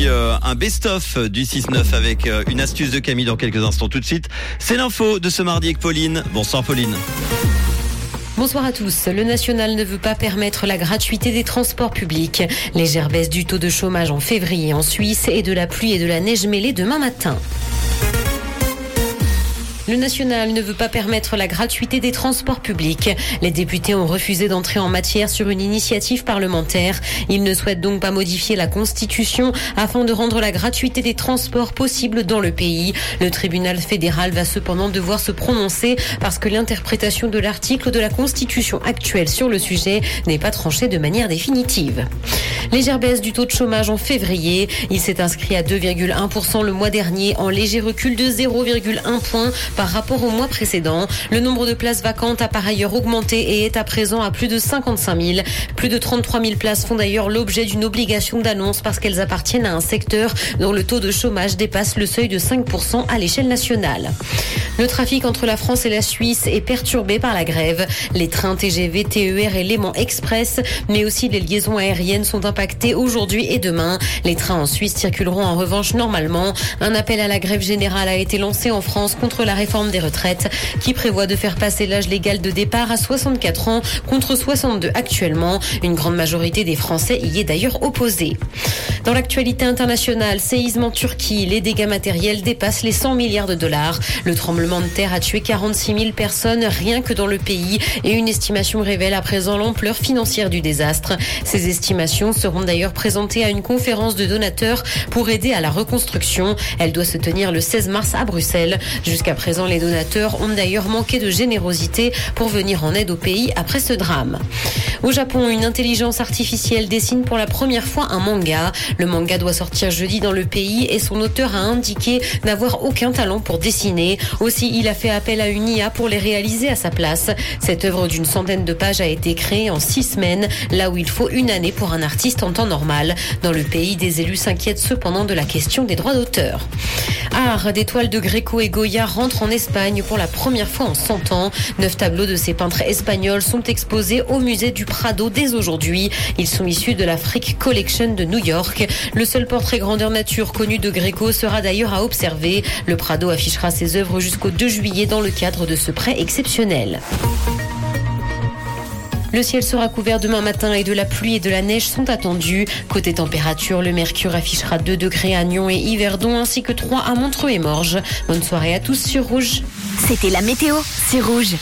puis un best-of du 6-9 avec une astuce de Camille dans quelques instants. Tout de suite, c'est l'info de ce mardi avec Pauline. Bonsoir Pauline. Bonsoir à tous. Le national ne veut pas permettre la gratuité des transports publics. Légère baisse du taux de chômage en février en Suisse et de la pluie et de la neige mêlée demain matin. Le national ne veut pas permettre la gratuité des transports publics. Les députés ont refusé d'entrer en matière sur une initiative parlementaire. Ils ne souhaitent donc pas modifier la Constitution afin de rendre la gratuité des transports possible dans le pays. Le tribunal fédéral va cependant devoir se prononcer parce que l'interprétation de l'article de la Constitution actuelle sur le sujet n'est pas tranchée de manière définitive. Légère baisse du taux de chômage en février. Il s'est inscrit à 2,1% le mois dernier, en léger recul de 0,1 point par rapport au mois précédent. Le nombre de places vacantes a par ailleurs augmenté et est à présent à plus de 55 000. Plus de 33 000 places font d'ailleurs l'objet d'une obligation d'annonce parce qu'elles appartiennent à un secteur dont le taux de chômage dépasse le seuil de 5% à l'échelle nationale. Le trafic entre la France et la Suisse est perturbé par la grève. Les trains TGV, TER et Léman Express, mais aussi les liaisons aériennes sont impactés aujourd'hui et demain. Les trains en Suisse circuleront en revanche normalement. Un appel à la grève générale a été lancé en France contre la réforme des retraites qui prévoit de faire passer l'âge légal de départ à 64 ans contre 62 actuellement. Une grande majorité des Français y est d'ailleurs opposée. Dans l'actualité internationale, séisme en Turquie, les dégâts matériels dépassent les 100 milliards de dollars. Le tremblement de terre a tué 46 000 personnes rien que dans le pays et une estimation révèle à présent l'ampleur financière du désastre. Ces estimations seront d'ailleurs présentées à une conférence de donateurs pour aider à la reconstruction. Elle doit se tenir le 16 mars à Bruxelles. Jusqu'à présent, les donateurs ont d'ailleurs manqué de générosité pour venir en aide au pays après ce drame. Au Japon, une intelligence artificielle dessine pour la première fois un manga. Le manga doit sortir jeudi dans le pays et son auteur a indiqué n'avoir aucun talent pour dessiner. Aussi, il a fait appel à une IA pour les réaliser à sa place. Cette œuvre d'une centaine de pages a été créée en 6 semaines, là où il faut une année pour un artiste en temps normal. Dans le pays, des élus s'inquiètent cependant de la question des droits d'auteur. Art, des toiles de Greco et Goya rentrent en Espagne pour la première fois en 100 ans. 9 tableaux de ces peintres espagnols sont exposés au musée du Prado dès aujourd'hui. Ils sont issus de la Frick Collection de New York. Le seul portrait grandeur nature connu de Greco sera d'ailleurs à observer. Le Prado affichera ses œuvres jusqu'au 2 juillet dans le cadre de ce prêt exceptionnel. Le ciel sera couvert demain matin et de la pluie et de la neige sont attendus. Côté température, le mercure affichera 2 degrés à Nyon et Yverdon ainsi que 3 à Montreux et Morges. Bonne soirée à tous sur Rouge. C'était la météo, c'est Rouge.